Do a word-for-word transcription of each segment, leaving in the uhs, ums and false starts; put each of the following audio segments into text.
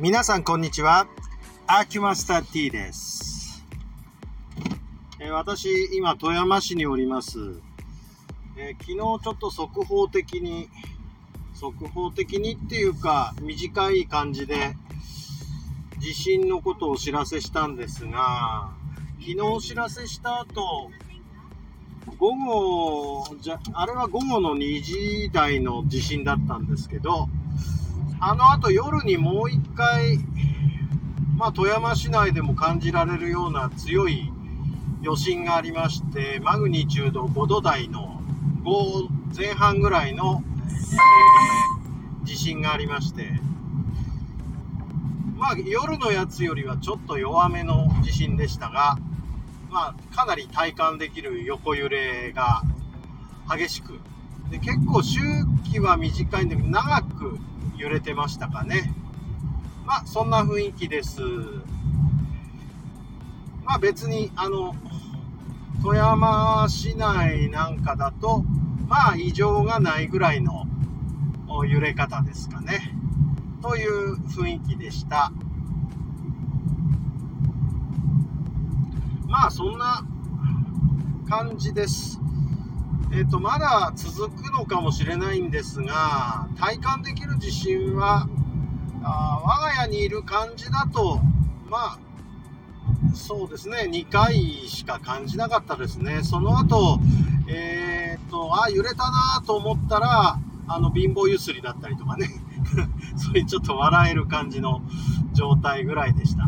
皆さんこんにちは。アキュマスター T です。えー、私今富山市におります。えー、昨日ちょっと速報的に速報的にっていうか短い感じで地震のことをお知らせしたんですが、昨日お知らせした後午後じゃあれは午後のにじ台の地震だったんですけど、あの後夜にもう一回、まあ、富山市内でも感じられるような強い余震がありまして、マグニチュードごど台のご前半ぐらいの、えー、地震がありまして、まあ夜のやつよりはちょっと弱めの地震でしたが、まあかなり体感できる横揺れが激しくで、結構周期は短いんだけど長く揺れてましたかね。まあそんな雰囲気です。まあ別にあの富山市内なんかだとまあ異常がないぐらいの揺れ方ですかねという雰囲気でした。まあそんな感じです。えっとまだ続くのかもしれないんですが、体感できる地震はあ我が家にいる感じだとまあそうですねにかいしか感じなかったですね。その後えー、っとあ揺れたなと思ったらあの貧乏ゆすりだったりとかねそういうちょっと笑える感じの状態ぐらいでした。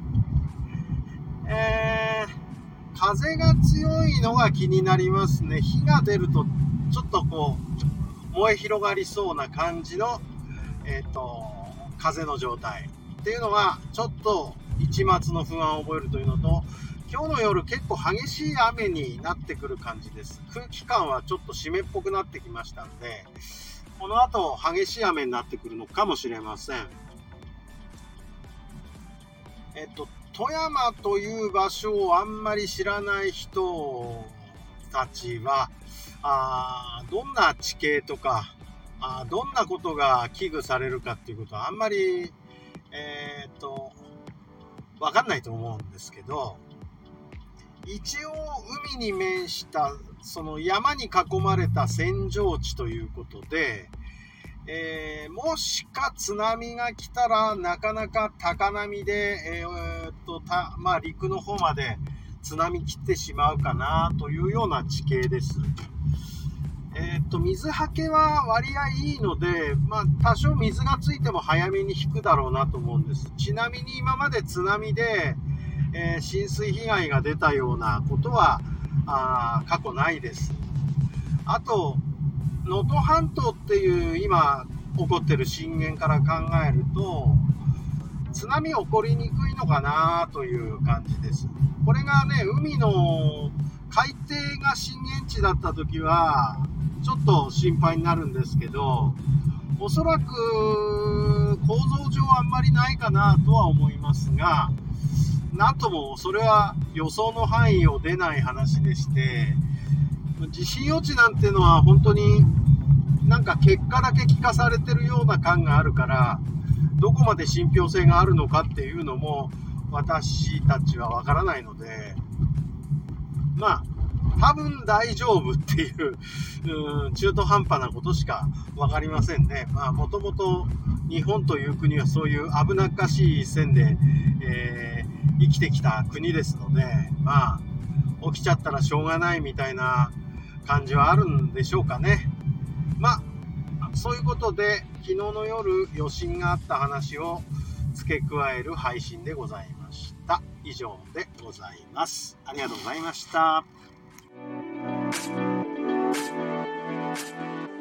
えー、風が強いのが気になりますね。火が出るとちょっとこう燃え広がりそうな感じの、えー、と風の状態っていうのがちょっと一抹の不安を覚えるというのと、今日の夜結構激しい雨になってくる感じです。空気感はちょっと湿っぽくなってきましたので、この後激しい雨になってくるのかもしれません。えっと富山という場所をあんまり知らない人たちはあどんな地形とかあどんなことが危惧されるかっていうことはあんまりえっと分かんないと思うんですけど、一応海に面したその山に囲まれた扇状地ということで、えー、もしか津波が来たらなかなか高波で、えー、っとたまあ、陸の方まで津波来てしまうかなというような地形です。えー、っと水はけは割合いいので、まあ、多少水がついても早めに引くだろうなと思うんです。ちなみに今まで津波で、えー、浸水被害が出たようなことはあ過去ないです。あと能登半島っていう今起こってる震源から考えると津波起こりにくいのかなという感じです。これがね海の海底が震源地だった時はちょっと心配になるんですけど、おそらく構造上あんまりないかなとは思いますが、なんともそれは予想の範囲を出ない話でして、地震予知なんていうのは本当になんか結果だけ聞かされてるような感があるから、どこまで信憑性があるのかっていうのも私たちはわからないので、まあ多分大丈夫っていう、うん、中途半端なことしか分かりませんね。まあもともと日本という国はそういう危なっかしい線で、えー、生きてきた国ですので、まあ起きちゃったらしょうがないみたいな感じはあるんでしょうかね。まあそういうことで昨日の夜余震があった話を付け加える配信でございました。以上でございます。ありがとうございました。